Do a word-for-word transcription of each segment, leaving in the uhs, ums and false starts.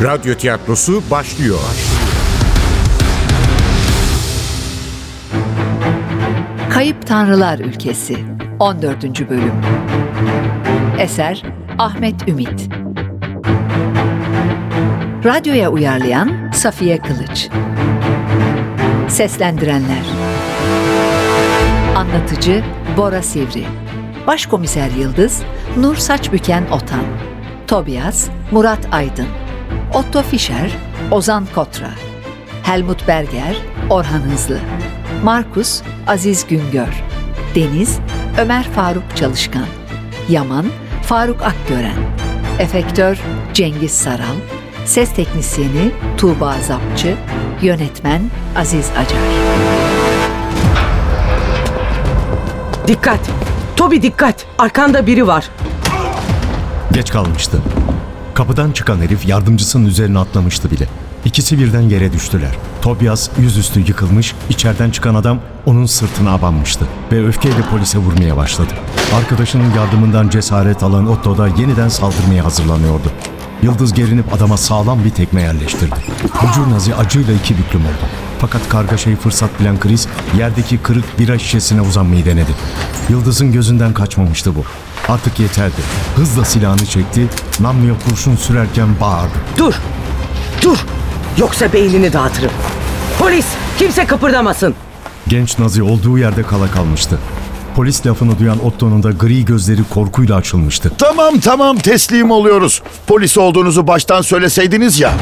Radyo tiyatrosu başlıyor. Kayıp Tanrılar Ülkesi on dördüncü bölüm. Eser Ahmet Ümit. Radyoya uyarlayan Safiye Kılıç. Seslendirenler: Anlatıcı Bora Sivri, Başkomiser Yıldız Nur Saçbüken Otan, Tobias Murat Aydın, Otto Fischer Ozan Kotra, Helmut Berger Orhan Hızlı, Markus Aziz Güngör, Deniz Ömer Faruk Çalışkan, Yaman Faruk Akgören, Efektör Cengiz Saral, Ses Teknisyeni Tuğba Zapçı, Yönetmen Aziz Acar. Dikkat! Tobi dikkat! Arkanda biri var. Geç kalmıştı. Kapıdan çıkan herif yardımcısının üzerine atlamıştı bile. İkisi birden yere düştüler. Tobias yüzüstü yıkılmış, içeriden çıkan adam onun sırtına abanmıştı ve öfkeyle polise vurmaya başladı. Arkadaşının yardımından cesaret alan Otto da yeniden saldırmaya hazırlanıyordu. Yıldız gerinip adama sağlam bir tekme yerleştirdi. Bucur Nazi acıyla iki büklüm oldu. Fakat kargaşayı fırsat bilen Chris yerdeki kırık bira şişesine uzanmayı denedi. Yıldız'ın gözünden kaçmamıştı bu. Artık yeterdi. Hızla silahını çekti, namluya kurşun sürerken bağırdı. Dur! Dur! Yoksa beynini dağıtırım. Polis! Kimse kıpırdamasın! Genç Nazi olduğu yerde kala kalmıştı. Polis lafını duyan Otto'nun da gri gözleri korkuyla açılmıştı. Tamam tamam teslim oluyoruz. Polis olduğunuzu baştan söyleseydiniz ya.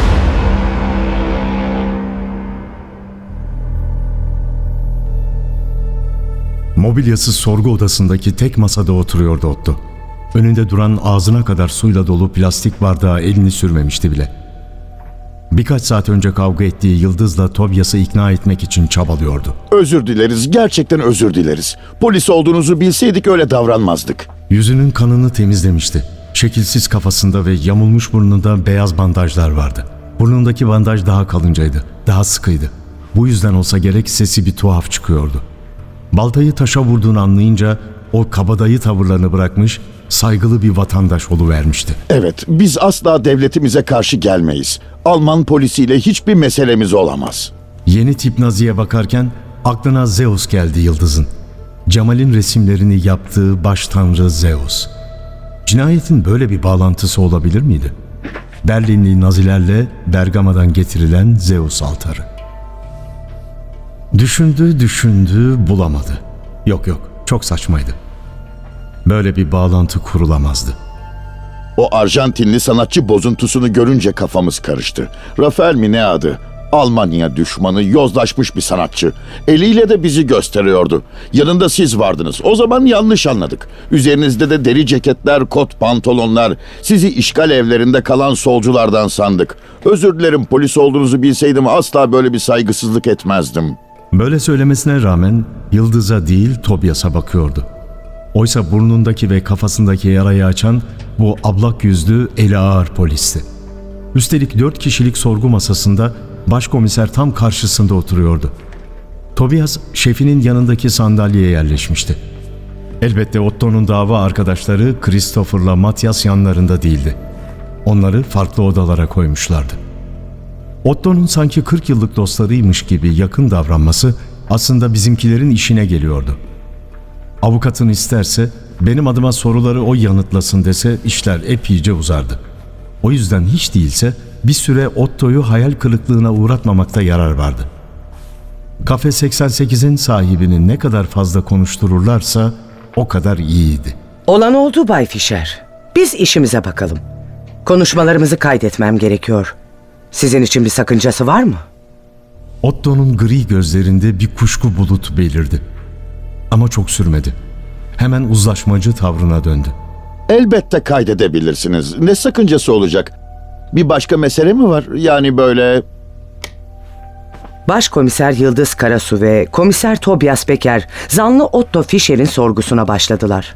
Mobilyasız sorgu odasındaki tek masada oturuyordu Otto. Önünde duran ağzına kadar suyla dolu plastik bardağa elini sürmemişti bile. Birkaç saat önce kavga ettiği Yıldız'la Tobias'ı ikna etmek için çabalıyordu. Özür dileriz, gerçekten özür dileriz. Polis olduğunuzu bilseydik öyle davranmazdık. Yüzünün kanını temizlemişti. Şekilsiz kafasında ve yamulmuş burnunda beyaz bandajlar vardı. Burnundaki bandaj daha kalıncaydı, daha sıkıydı. Bu yüzden olsa gerek sesi bir tuhaf çıkıyordu. Baltayı taşa vurduğunu anlayınca o kabadayı tavırlarını bırakmış, saygılı bir vatandaş oluvermişti. Evet, biz asla devletimize karşı gelmeyiz. Alman polisiyle hiçbir meselemiz olamaz. Yeni tip Nazi'ye bakarken aklına Zeus geldi Yıldız'ın. Cemal'in resimlerini yaptığı baş tanrı Zeus. Cinayetin böyle bir bağlantısı olabilir miydi? Berlinli Nazilerle Bergama'dan getirilen Zeus altarı. Düşündü düşündü bulamadı. Yok yok, çok saçmaydı. Böyle bir bağlantı kurulamazdı. O Arjantinli sanatçı bozuntusunu görünce kafamız karıştı. Rafael mi ne adı? Almanya düşmanı, yozlaşmış bir sanatçı. Eliyle de bizi gösteriyordu. Yanında siz vardınız. O zaman yanlış anladık. Üzerinizde de deri ceketler, kot pantolonlar. Sizi işgal evlerinde kalan solculardan sandık. Özür dilerim, polis olduğunuzu bilseydim asla böyle bir saygısızlık etmezdim. Böyle söylemesine rağmen Yıldız'a değil Tobias'a bakıyordu. Oysa burnundaki ve kafasındaki yarayı açan bu ablak yüzlü, eli ağır polisti. Üstelik dört kişilik sorgu masasında başkomiser tam karşısında oturuyordu. Tobias şefinin yanındaki sandalyeye yerleşmişti. Elbette Otto'nun dava arkadaşları Christopher'la Matthias yanlarında değildi. Onları farklı odalara koymuşlardı. Otto'nun sanki kırk yıllık dostlarıymış gibi yakın davranması aslında bizimkilerin işine geliyordu. Avukatın isterse benim adıma soruları o yanıtlasın dese işler epeyce uzardı. O yüzden hiç değilse bir süre Otto'yu hayal kırıklığına uğratmamakta yarar vardı. Kafe seksen sekizin sahibini ne kadar fazla konuştururlarsa o kadar iyiydi. Olan oldu Bay Fischer. Biz işimize bakalım. Konuşmalarımızı kaydetmem gerekiyor. Sizin için bir sakıncası var mı? Otto'nun gri gözlerinde bir kuşku bulutu belirdi. Ama çok sürmedi. Hemen uzlaşmacı tavrına döndü. Elbette kaydedebilirsiniz. Ne sakıncası olacak? Bir başka mesele mi var? Yani böyle... Başkomiser Yıldız Karasu ve Komiser Tobias Becker zanlı Otto Fischer'in sorgusuna başladılar.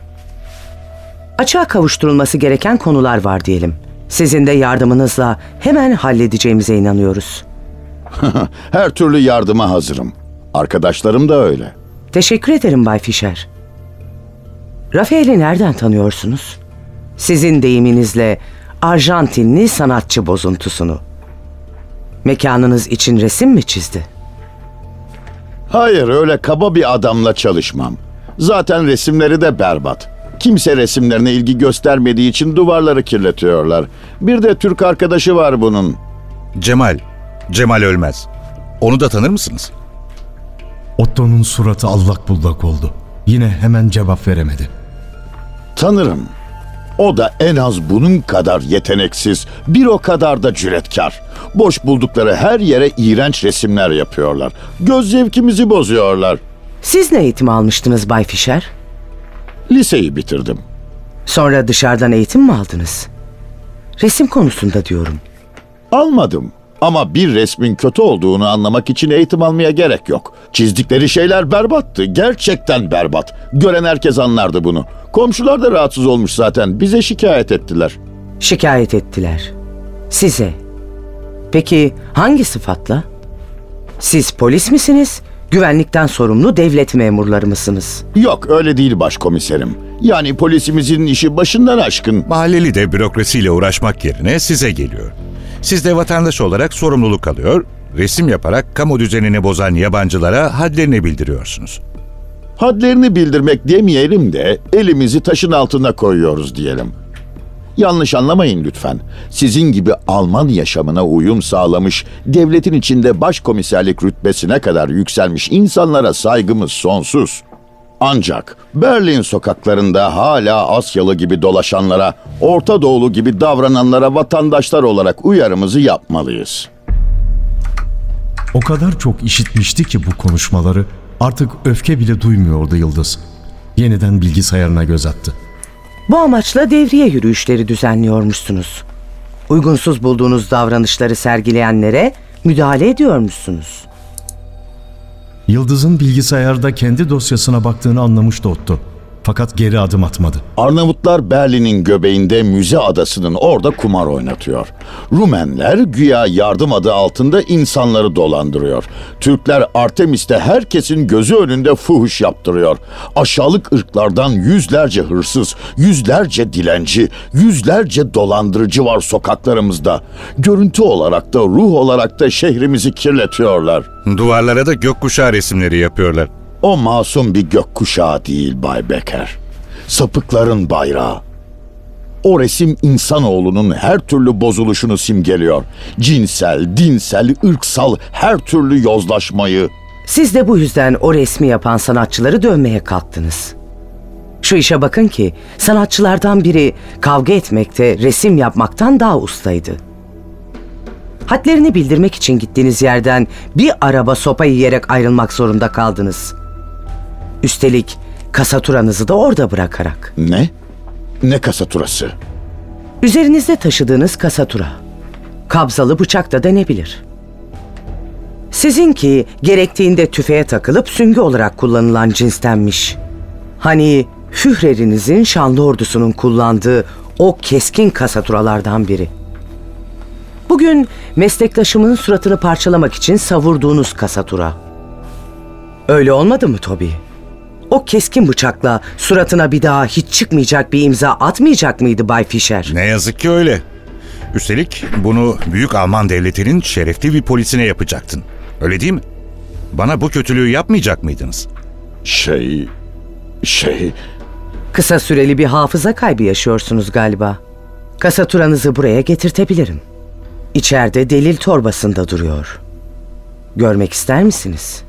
Açığa kavuşturulması gereken konular var diyelim. Sizin de yardımınızla hemen halledeceğimize inanıyoruz. Her türlü yardıma hazırım. Arkadaşlarım da öyle. Teşekkür ederim Bay Fischer. Rafael'i nereden tanıyorsunuz? Sizin deyiminizle Arjantinli sanatçı bozuntusunu. Mekanınız için resim mi çizdi? Hayır, öyle kaba bir adamla çalışmam. Zaten resimleri de berbat. Kimse resimlerine ilgi göstermediği için duvarları kirletiyorlar. Bir de Türk arkadaşı var bunun. Cemal. Cemal Ölmez. Onu da tanır mısınız? Otto'nun suratı allak bullak oldu. Yine hemen cevap veremedi. Tanırım. O da en az bunun kadar yeteneksiz, bir o kadar da cüretkar. Boş buldukları her yere iğrenç resimler yapıyorlar. Göz zevkimizi bozuyorlar. Siz ne eğitim almıştınız Bay Fischer? Liseyi bitirdim. Sonra dışarıdan eğitim mi aldınız? Resim konusunda diyorum. Almadım. Ama bir resmin kötü olduğunu anlamak için eğitim almaya gerek yok. Çizdikleri şeyler berbattı. Gerçekten berbat. Gören herkes anlardı bunu. Komşular da rahatsız olmuş zaten. Bize şikayet ettiler. Şikayet ettiler. Size. Peki hangi sıfatla? Siz polis misiniz? Güvenlikten sorumlu devlet memurları mısınız? Yok, öyle değil başkomiserim. Yani polisimizin işi başından aşkın. Mahalleli de bürokrasiyle uğraşmak yerine size geliyor. Siz de vatandaş olarak sorumluluk alıyor, resim yaparak kamu düzenini bozan yabancılara hadlerini bildiriyorsunuz. Hadlerini bildirmek demeyelim de elimizi taşın altına koyuyoruz diyelim. Yanlış anlamayın lütfen. Sizin gibi Alman yaşamına uyum sağlamış, devletin içinde başkomiserlik rütbesine kadar yükselmiş insanlara saygımız sonsuz. Ancak Berlin sokaklarında hala Asyalı gibi dolaşanlara, Orta Doğulu gibi davrananlara vatandaşlar olarak uyarımızı yapmalıyız. O kadar çok işitmişti ki bu konuşmaları, artık öfke bile duymuyordu Yıldız. Yeniden bilgisayarına göz attı. Bu amaçla devriye yürüyüşleri düzenliyormuşsunuz. Uygunsuz bulduğunuz davranışları sergileyenlere müdahale ediyormuşsunuz. Yıldız'ın bilgisayarda kendi dosyasına baktığını anlamıştı Otto. Fakat geri adım atmadı. Arnavutlar Berlin'in göbeğinde müze adasının orada kumar oynatıyor. Rumenler güya yardım adı altında insanları dolandırıyor. Türkler Artemis'te herkesin gözü önünde fuhuş yaptırıyor. Aşağılık ırklardan yüzlerce hırsız, yüzlerce dilenci, yüzlerce dolandırıcı var sokaklarımızda. Görüntü olarak da ruh olarak da şehrimizi kirletiyorlar. Duvarlara da gökkuşağı resimleri yapıyorlar. O masum bir gökkuşağı değil Bay Becker. Sapıkların bayrağı. O resim insanoğlunun her türlü bozuluşunu simgeliyor. Cinsel, dinsel, ırksal her türlü yozlaşmayı. Siz de bu yüzden o resmi yapan sanatçıları dövmeye kalktınız. Şu işe bakın ki sanatçılardan biri kavga etmekte, resim yapmaktan daha ustaydı. Hadlerini bildirmek için gittiğiniz yerden bir araba sopa yiyerek ayrılmak zorunda kaldınız. Üstelik kasaturanızı da orada bırakarak. Ne? Ne kasaturası? Üzerinizde taşıdığınız kasatura. Kabzalı bıçak da denebilir. Sizinki gerektiğinde tüfeğe takılıp süngü olarak kullanılan cinstenmiş. Hani Führerinizin şanlı ordusunun kullandığı o keskin kasaturalardan biri. Bugün meslektaşımın suratını parçalamak için savurduğunuz kasatura. Öyle olmadı mı Toby? O keskin bıçakla suratına bir daha hiç çıkmayacak bir imza atmayacak mıydı Bay Fischer? Ne yazık ki öyle. Üstelik bunu Büyük Alman Devleti'nin şerefli bir polisine yapacaktın. Öyle değil mi? Bana bu kötülüğü yapmayacak mıydınız? Şey... Şey... Kısa süreli bir hafıza kaybı yaşıyorsunuz galiba. Kasaturanızı buraya getirtebilirim. İçeride delil torbasında duruyor. Görmek ister misiniz?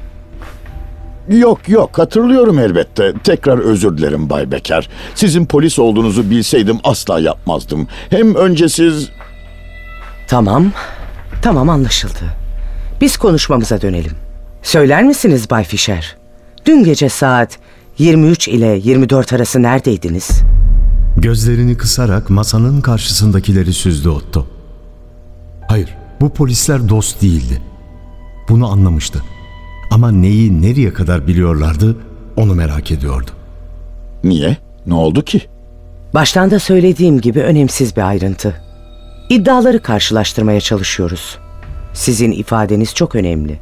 Yok yok, hatırlıyorum elbette. Tekrar özür dilerim Bay Becker. Sizin polis olduğunuzu bilseydim asla yapmazdım. Hem önce siz... Tamam, tamam anlaşıldı. Biz konuşmamıza dönelim. Söyler misiniz Bay Fischer? Dün gece saat yirmi üç ile yirmi dört arası neredeydiniz? Gözlerini kısarak masanın karşısındakileri süzdü Otto. Hayır, bu polisler dost değildi. Bunu anlamıştı. Ama neyi nereye kadar biliyorlardı onu merak ediyordu. Niye? Ne oldu ki? Baştan da söylediğim gibi önemsiz bir ayrıntı. İddiaları karşılaştırmaya çalışıyoruz. Sizin ifadeniz çok önemli.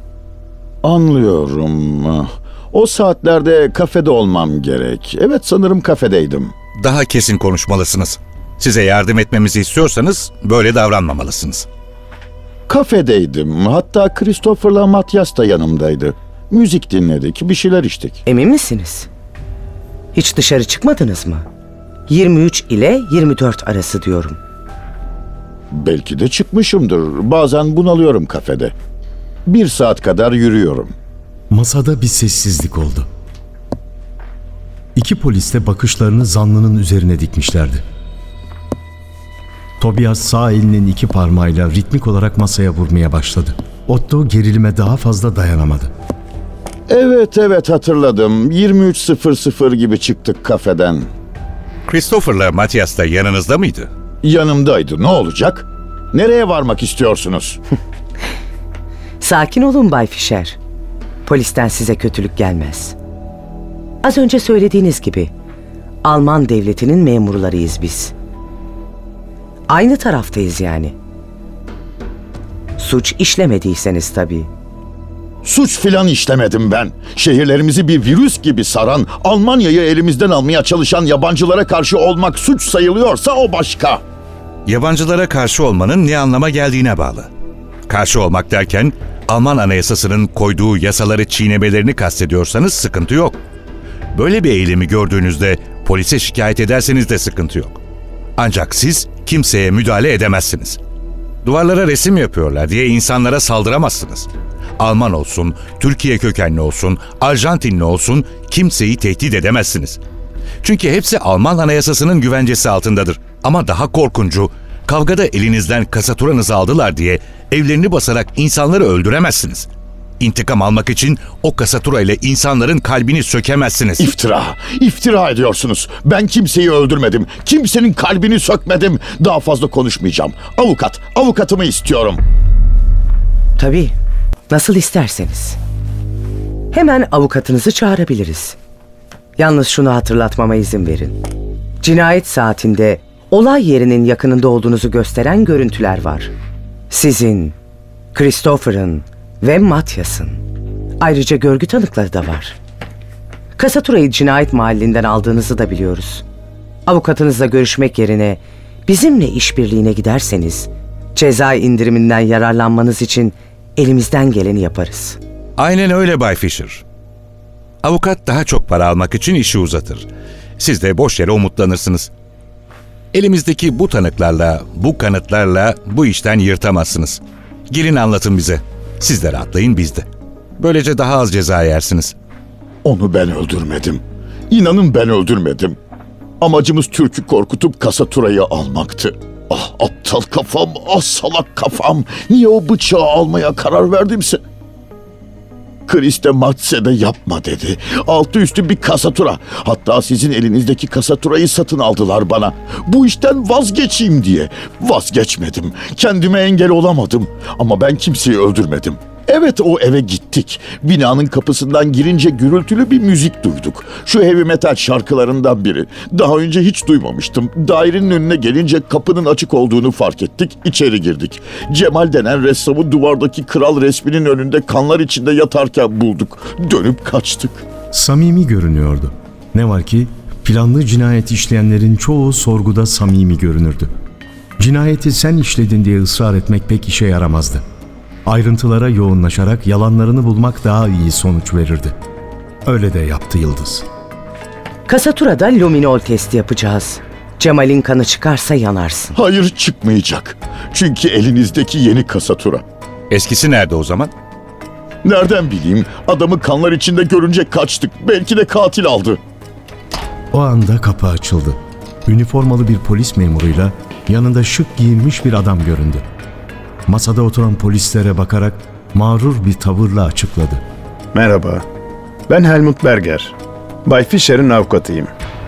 Anlıyorum. O saatlerde kafede olmam gerek. Evet, sanırım kafedeydim. Daha kesin konuşmalısınız. Size yardım etmemizi istiyorsanız böyle davranmamalısınız. Kafedeydim. Hatta Christopher'la Matyas da yanımdaydı. Müzik dinledik, bir şeyler içtik. Emin misiniz? Hiç dışarı çıkmadınız mı? yirmi üç ile yirmi dört arası diyorum. Belki de çıkmışımdır. Bazen bunalıyorum kafede. Bir saat kadar yürüyorum. Masada bir sessizlik oldu. İki polis de bakışlarını zanlının üzerine dikmişlerdi. Tobias sağ elinin iki parmağıyla ritmik olarak masaya vurmaya başladı. Otto gerilime daha fazla dayanamadı. Evet evet hatırladım. yirmi üç sıfır sıfır gibi çıktık kafeden. Christopher'la Matyas da yanınızda mıydı? Yanımdaydı. Ne olacak? Nereye varmak istiyorsunuz? Sakin olun Bay Fischer. Polisten size kötülük gelmez. Az önce söylediğiniz gibi Alman devletinin memurlarıyız biz. Aynı taraftayız yani. Suç işlemediyseniz tabii. Suç filan işlemedim ben. Şehirlerimizi bir virüs gibi saran, Almanya'yı elimizden almaya çalışan yabancılara karşı olmak suç sayılıyorsa o başka. Yabancılara karşı olmanın ne anlama geldiğine bağlı. Karşı olmak derken Alman Anayasası'nın koyduğu yasaları çiğnemelerini kastediyorsanız sıkıntı yok. Böyle bir eylemi gördüğünüzde polise şikayet ederseniz de sıkıntı yok. Ancak siz kimseye müdahale edemezsiniz. Duvarlara resim yapıyorlar diye insanlara saldıramazsınız. Alman olsun, Türkiye kökenli olsun, Arjantinli olsun kimseyi tehdit edemezsiniz. Çünkü hepsi Alman Anayasası'nın güvencesi altındadır. Ama daha korkuncu, kavgada elinizden kasaturanızı aldılar diye evlerini basarak insanları öldüremezsiniz. İntikam almak için o kasatura ile insanların kalbini sökemezsiniz. İftira, iftira ediyorsunuz. Ben kimseyi öldürmedim. Kimsenin kalbini sökmedim. Daha fazla konuşmayacağım. Avukat, avukatımı istiyorum. Tabii. Nasıl isterseniz. Hemen avukatınızı çağırabiliriz. Yalnız şunu hatırlatmama izin verin. Cinayet saatinde olay yerinin yakınında olduğunuzu gösteren görüntüler var. Sizin, Christopher'ın ve Matyas'ın. Ayrıca görgü tanıkları da var. Kasaturayı cinayet mahallinden aldığınızı da biliyoruz. Avukatınızla görüşmek yerine bizimle işbirliğine giderseniz ceza indiriminden yararlanmanız için elimizden geleni yaparız. Aynen öyle Bay Fischer. Avukat daha çok para almak için işi uzatır. Siz de boş yere umutlanırsınız. Elimizdeki bu tanıklarla, bu kanıtlarla bu işten yırtamazsınız. Gelin anlatın bize. Siz de rahatlayın, biz de. Böylece daha az ceza yersiniz. Onu ben öldürmedim. İnanın ben öldürmedim. Amacımız Türk'ü korkutup kasaturayı almaktı. Ah aptal kafam, ah salak kafam. Niye o bıçağı almaya karar verdimse? Chris de Matse de yapma dedi. Altı üstü bir kasatura. Hatta sizin elinizdeki kasaturayı satın aldılar bana. Bu işten vazgeçeyim diye. Vazgeçmedim. Kendime engel olamadım. Ama ben kimseyi öldürmedim. Evet o eve gittik. Binanın kapısından girince gürültülü bir müzik duyduk. Şu heavy metal şarkılarından biri. Daha önce hiç duymamıştım. Dairenin önüne gelince kapının açık olduğunu fark ettik. İçeri girdik. Cemal denen ressamı duvardaki kral resminin önünde kanlar içinde yatarken bulduk. Dönüp kaçtık. Samimi görünüyordu. Ne var ki planlı cinayet işleyenlerin çoğu sorguda samimi görünürdü. Cinayeti sen işledin diye ısrar etmek pek işe yaramazdı. Ayrıntılara yoğunlaşarak yalanlarını bulmak daha iyi sonuç verirdi. Öyle de yaptı Yıldız. Kasaturada luminol testi yapacağız. Cemal'in kanı çıkarsa yanarsın. Hayır çıkmayacak. Çünkü elinizdeki yeni kasatura. Eskisi nerede o zaman? Nereden bileyim? Adamı kanlar içinde görünce kaçtık. Belki de katil aldı. O anda kapı açıldı. Üniformalı bir polis memuruyla yanında şık giyinmiş bir adam göründü. Masada oturan polislere bakarak mağrur bir tavırla açıkladı. Merhaba, ben Helmut Berger. Bay Fischer'in avukatıyım.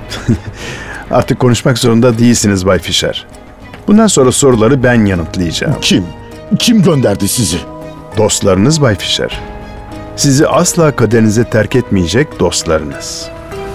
Artık konuşmak zorunda değilsiniz Bay Fischer. Bundan sonra soruları ben yanıtlayacağım. Kim? Kim gönderdi sizi? Dostlarınız Bay Fischer. Sizi asla kaderinize terk etmeyecek dostlarınız.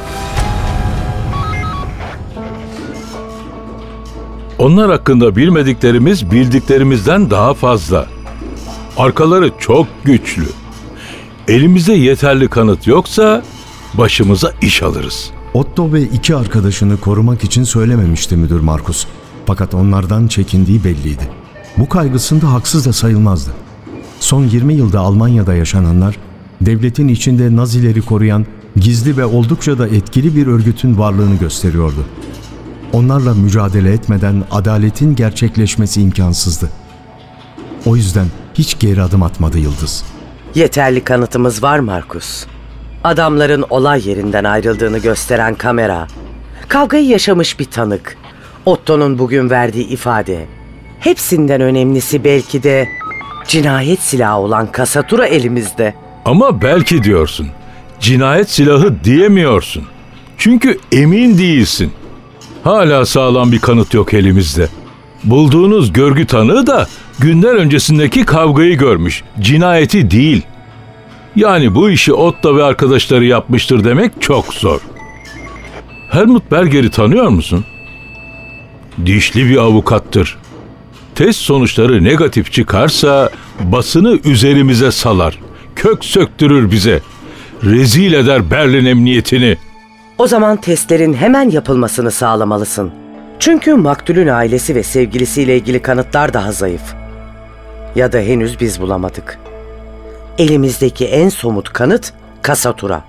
Onlar hakkında bilmediklerimiz bildiklerimizden daha fazla. Arkaları çok güçlü. Elimizde yeterli kanıt yoksa başımıza iş alırız. Otto ve iki arkadaşını korumak için söylememişti müdür Markus. Fakat onlardan çekindiği belliydi. Bu kaygısında haksız da sayılmazdı. Son yirmi yılda Almanya'da yaşananlar, devletin içinde Nazileri koruyan gizli ve oldukça da etkili bir örgütün varlığını gösteriyordu. Onlarla mücadele etmeden adaletin gerçekleşmesi imkansızdı. O yüzden hiç geri adım atmadı Yıldız. Yeterli kanıtımız var Markus. Adamların olay yerinden ayrıldığını gösteren kamera, kavgayı yaşamış bir tanık, Otto'nun bugün verdiği ifade, hepsinden önemlisi belki de cinayet silahı olan kasatura elimizde. Ama belki diyorsun. Cinayet silahı diyemiyorsun. Çünkü emin değilsin. Hala sağlam bir kanıt yok elimizde. Bulduğunuz görgü tanığı da günler öncesindeki kavgayı görmüş. Cinayeti değil. Yani bu işi Otto ve arkadaşları yapmıştır demek çok zor. Helmut Berger'i tanıyor musun? Dişli bir avukattır. Test sonuçları negatif çıkarsa basını üzerimize salar. Kök söktürür bize. Rezil eder Berlin emniyetini. O zaman testlerin hemen yapılmasını sağlamalısın. Çünkü maktulün ailesi ve sevgilisiyle ilgili kanıtlar daha zayıf. Ya da henüz biz bulamadık. Elimizdeki en somut kanıt kasatura.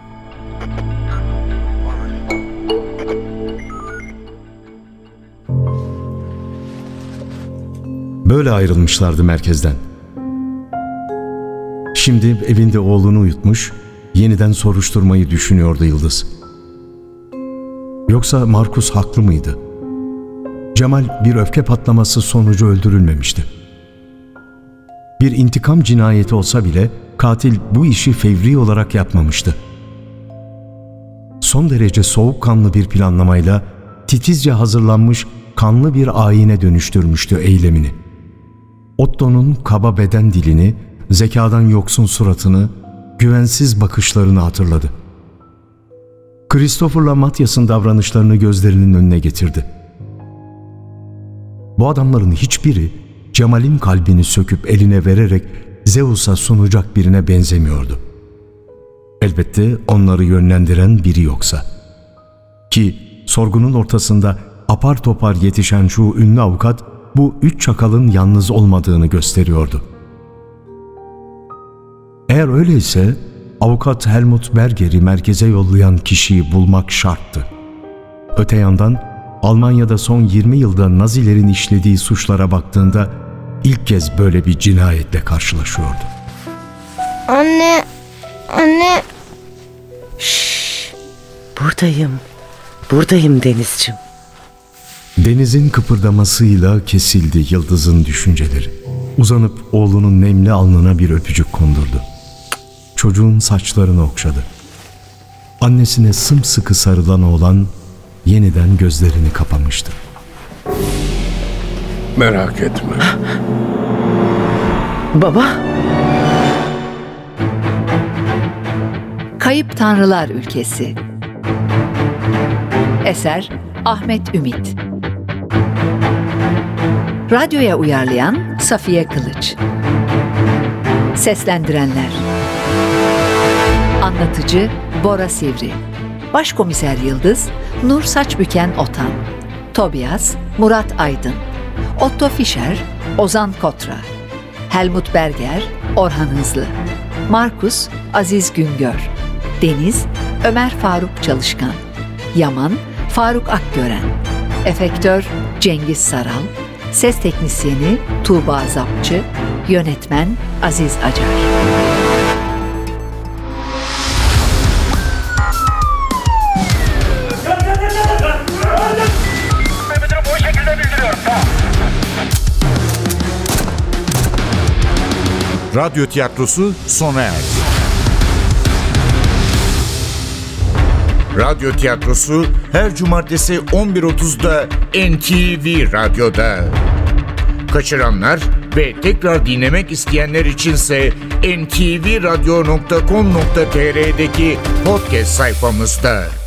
Böyle ayrılmışlardı merkezden. Şimdi evinde oğlunu uyutmuş, yeniden soruşturmayı düşünüyordu Yıldız. Yoksa Markus haklı mıydı? Cemal bir öfke patlaması sonucu öldürülmemişti. Bir intikam cinayeti olsa bile katil bu işi fevri olarak yapmamıştı. Son derece soğukkanlı bir planlamayla titizce hazırlanmış kanlı bir ayine dönüştürmüştü eylemini. Otto'nun kaba beden dilini, zekadan yoksun suratını, güvensiz bakışlarını hatırladı. Christopher'la Matthias'ın davranışlarını gözlerinin önüne getirdi. Bu adamların hiçbiri Cemal'in kalbini söküp eline vererek Zeus'a sunacak birine benzemiyordu. Elbette onları yönlendiren biri yoksa. Ki sorgunun ortasında apar topar yetişen şu ünlü avukat bu üç çakalın yalnız olmadığını gösteriyordu. Eğer öyleyse avukat Helmut Berger'i merkeze yollayan kişiyi bulmak şarttı. Öte yandan Almanya'da son yirmi yılda Nazilerin işlediği suçlara baktığında ilk kez böyle bir cinayetle karşılaşıyordu. Anne, anne. Şşş, buradayım, buradayım Denizciğim. Deniz'in kıpırdamasıyla kesildi Yıldız'ın düşünceleri. Uzanıp oğlunun nemli alnına bir öpücük kondurdu. Çocuğun saçlarını okşadı. Annesine sımsıkı sarılan oğlan yeniden gözlerini kapamıştı. Merak etme. Baba. Kayıp Tanrılar Ülkesi. Eser Ahmet Ümit. Radyoya uyarlayan Safiye Kılıç. Seslendirenler: Anlatıcı Bora Sivri, Başkomiser Yıldız Nur Saçbüken Otan, Tobias Murat Aydın, Otto Fischer Ozan Kotra, Helmut Berger Orhan Hızlı, Markus Aziz Güngör, Deniz Ömer Faruk Çalışkan, Yaman Faruk Akgören, Efektör Cengiz Saral, Ses Teknisyeni Tuğba Zapçı, Yönetmen Aziz Acar. Radyo tiyatrosu sona erdi. Radyo tiyatrosu her cumartesi on bir otuzda N T V Radyo'da. Kaçıranlar ve tekrar dinlemek isteyenler içinse en ti vi radyo nokta com nokta tr''deki podcast sayfamızda.